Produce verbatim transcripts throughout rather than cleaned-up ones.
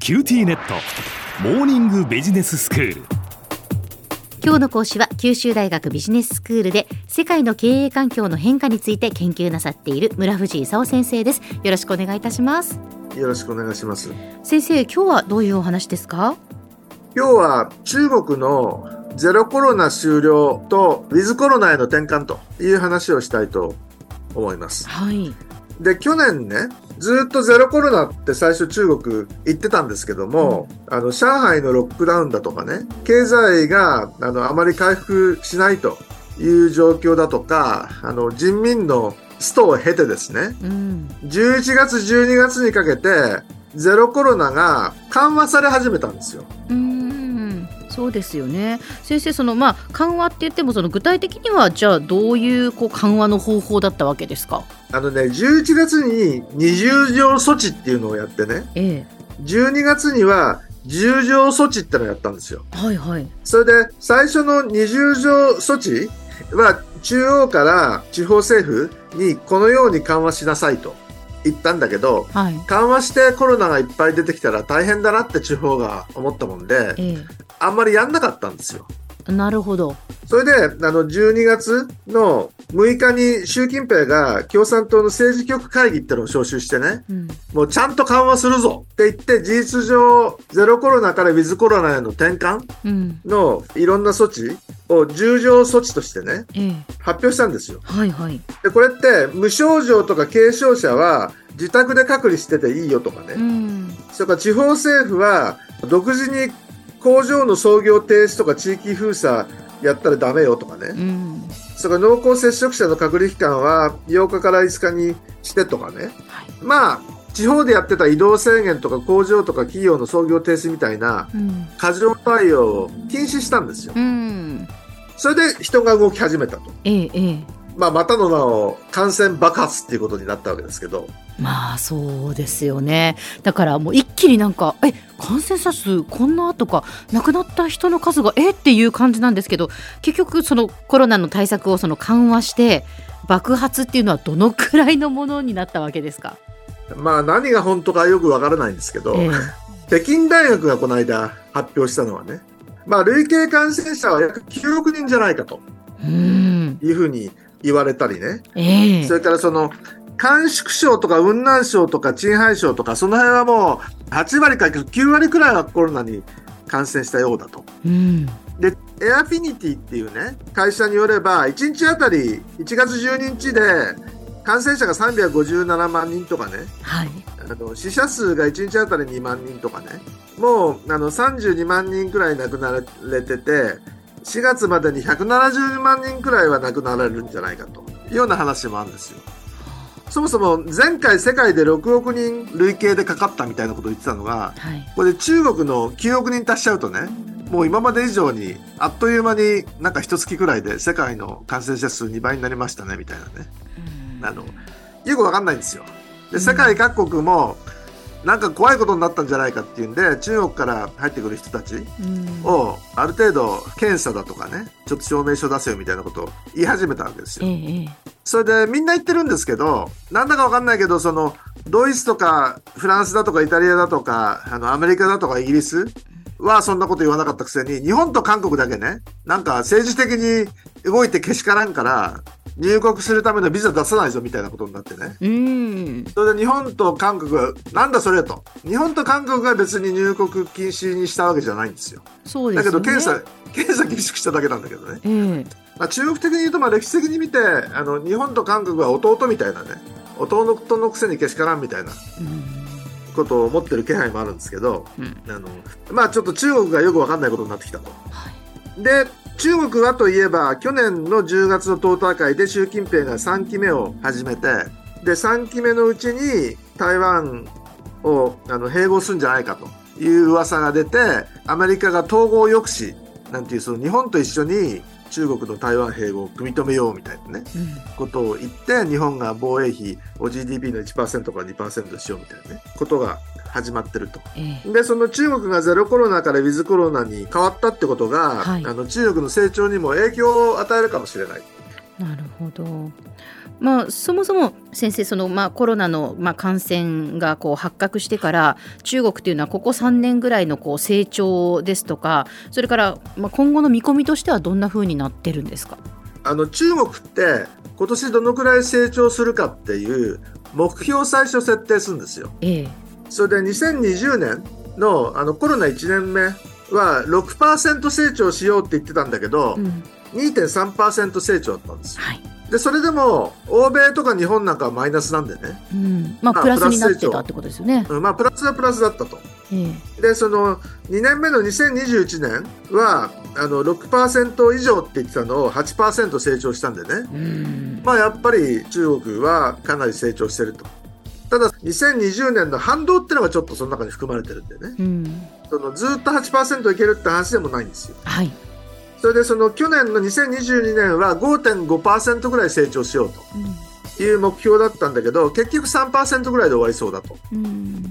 キューティーネットモーニングビジネススクール。 今日の講師は九州大学ビジネススクールで世界の経営環境の変化について研究なさっている村藤勲先生です。よろしくお願いいたします。 よろしくお願いします。 先生、今日はどういうお話ですか？ 今日は中国のゼロコロナ終了とウィズコロナへの転換という話をしたいと思います。 はい。 で、去年ね、ずっとゼロコロナって最初中国言ってたんですけども、うん、あの上海のロックダウンだとかね、経済があのあまり回復しないという状況だとか、あの人民のストを経てですね、うん、じゅういちがつじゅうにがつにかけてゼロコロナが緩和され始めたんですよ。 うーん、そうですよね。先生、そのまあ緩和って言ってもその具体的にはじゃあどういうこう緩和の方法だったわけですか？ あのね、じゅういちがつににじゅう条措置っていうのをやってね、ええ、じゅうにがつにはじゅう条措置ってのをやったんですよ。 はいはい。 それで最初のにじゅう条措置は中央から地方政府にこのように緩和しなさいと言ったんだけど、はい、緩和してコロナがいっぱい出てきたら大変だなって地方が思ったもんで、ええ、あんまりやんなかったんですよ。 なるほど。 それであのじゅうにがつのむいかに習近平が共産党の政治局会議ってのを招集してね、うん、もうちゃんと緩和するぞって言って事実上ゼロコロナからウィズコロナへの転換のいろんな措置をじゅう条措置としてね、うん、発表したんですよ。 はいはい。 でこれって無症状とか軽症者は自宅で隔離してていいよとかね、うん、それから地方政府は独自に工場の操業停止とか地域封鎖やったらダメよとかね、うん、それから濃厚接触者の隔離期間はようかからいつかにしてとかね、はい、まあ地方でやってた移動制限とか工場とか企業の操業停止みたいな過剰対応を禁止したんですよ、うん、それで人が動き始めたと、ええええ、まあ、またの名を感染爆発っていうことになったわけですけど、 まあそうですよね。だからもう一気になんかえ感染者数こんなとか亡くなった人の数がえっていう感じなんですけど、結局そのコロナの対策をその緩和して爆発っていうのはどのくらいのものになったわけですか？ まあ何が本当かよくわからないんですけど、えー、北京大学がこの間発表したのはね、まあ累計感染者は約きゅうおくにんじゃないかというふうに言われたりね、えー、それからその甘粛省とか雲南省とか鎮海省とかその辺はもうはちわりかきゅうわりくらいはコロナに感染したようだと、うん、でエアフィニティっていうね会社によればいちにちあたりいちがつじゅうににちで感染者がさんびゃくごじゅうななまんにんとかね、はい、あの死者数がいちにちあたりにまんにんとかね、もうあのさんじゅうにまんにんくらい亡くなられててしがつまでにひゃくななじゅうまんにんくらいは亡くなられるんじゃないかというような話もあるんですよ。そもそも前回世界でろくおくにん累計でかかったみたいなことを言ってたのが、はい、これで中国のきゅうおくにん足しちゃうとね、もう今まで以上にあっという間になんか一月くらいで世界の感染者数にばいになりましたねみたいなね、うん、あのよくわかんないんですよ。で世界各国もなんか怖いことになったんじゃないかっていうんで中国から入ってくる人たちをある程度検査だとかねちょっと証明書出せよみたいなことを言い始めたわけですよ、ええ、それでみんな言ってるんですけど、なんだかわかんないけどそのドイツとかフランスだとかイタリアだとかあのアメリカだとかイギリスはそんなこと言わなかったくせに日本と韓国だけねなんか政治的に動いてけしからんから入国するためのビザ出さないぞみたいなことになってね、うん、それで日本と韓国はなんだそれと日本と韓国が別に入国禁止にしたわけじゃないんですよ。 そうですね。 だけど検査検査厳しくしただけなんだけどね、うんまあ、中国的に言うとまあ歴史的に見てあの日本と韓国は弟みたいなね弟のくせにけしからんみたいな、うんことを思ってる気配もあるんですけど、うん、あのまあちょっと中国がよく分かんないことになってきたと、はい、で中国はといえば去年のじゅうがつの党大会で習近平がさんきめを始めてでさんきめのうちに台湾をあの併合するんじゃないかという噂が出てアメリカが統合抑止なんていうその日本と一緒に中国の台湾併合を組み止めようみたいなね、うん、ことを言って日本が防衛費を ジーディーピー の いちパーセント から にパーセント しようみたいなねことが始まってると、ええ、でその中国がゼロコロナからウィズコロナに変わったってことが、はい、あの中国の成長にも影響を与えるかもしれない。 なるほど。 まあ、そもそも先生その、まあ、コロナの、まあ、感染がこう発覚してから中国というのはここさんねんぐらいのこう成長ですとか、それから、まあ、今後の見込みとしてはどんな風になってるんですか？ あの中国って今年どのくらい成長するかっていう目標を最初設定するんですよ、ええ、それでにせんにじゅうねん の, あのコロナいちねんめは ろくパーセント 成長しようって言ってたんだけど、うん、にてんさんパーセント 成長だったんですよ、はい、でそれでも欧米とか日本なんかはマイナスなんでね、 うんまあ、プラスになってたってことですよね、 うんまあ、プラスはプラスだったと、ええ、でそのにねんめのにせんにじゅういちねんはあの ろくパーセント 以上って言ってたのを はちパーセント 成長したんでね、うんまあ、やっぱり中国はかなり成長してると。ただにせんにじゅうねんの反動っていうのがちょっとその中に含まれてるんでね、うん、そのずっと はちパーセント いけるって話でもないんですよ、はい、それでその去年のにせんにじゅうにねんは ごてんごパーセント ぐらい成長しようという目標だったんだけど、結局 さんパーセント ぐらいで終わりそうだと、うん、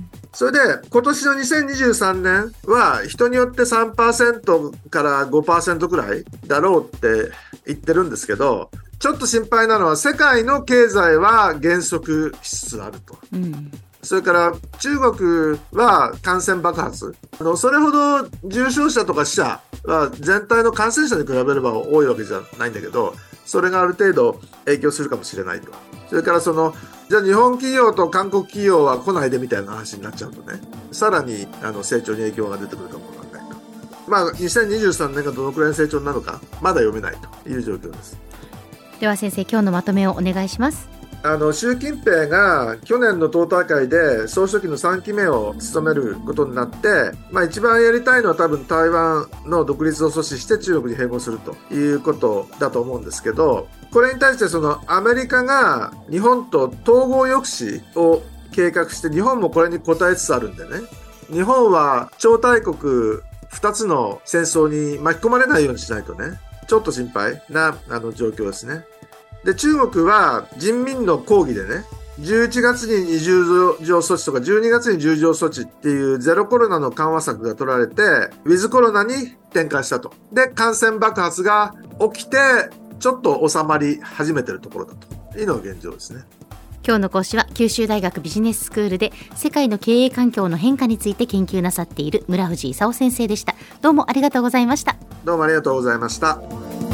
それで今年のにせんにじゅうさんねんは人によって さんパーセント から ごパーセント ぐらいだろうって言ってるんですけど、ちょっと心配なのは世界の経済は減速しつつあると、うん、それから中国は感染爆発、あのそれほど重症者とか死者は全体の感染者に比べれば多いわけじゃないんだけど、それがある程度影響するかもしれないと。それからそのじゃあ日本企業と韓国企業は来ないでみたいな話になっちゃうとね、さらにあの成長に影響が出てくるかもわからないと。まあにせんにじゅうさんねんがどのくらいの成長になるのかまだ読めないという状況です。 では先生、今日のまとめをお願いします。 あの習近平が去年の党大会で総書記のさんきめを務めることになって、まあ、一番やりたいのは多分台湾の独立を阻止して中国に併合するということだと思うんですけど、これに対してそのアメリカが日本と統合抑止を計画して日本もこれに応えつつあるんでね、日本は超大国ふたつの戦争に巻き込まれないようにしないとね、ちょっと心配なあの状況ですね。で中国は人民の抗議でね、じゅういちがつに二重上措置とかじゅうにがつに重上措置っていうゼロコロナの緩和策が取られてウィズコロナに転換したと。で感染爆発が起きてちょっと収まり始めてるところだというのが現状ですね。 今日の講師は九州大学ビジネススクールで世界の経営環境の変化について研究なさっている村藤勲先生でした。どうもありがとうございました。 どうもありがとうございました。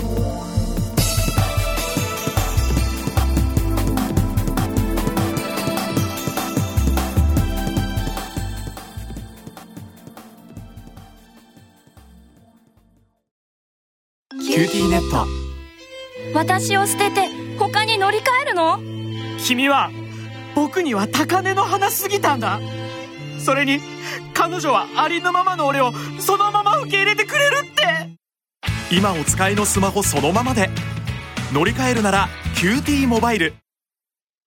キューティーネット。 私を捨てて他に乗り換えるの？ 君は僕には高嶺の花すぎたんだ。それに彼女はありのままの俺をそのまま受け入れてくれるって。 今お使いのスマホそのままで乗り換えるなら キューティー モバイル。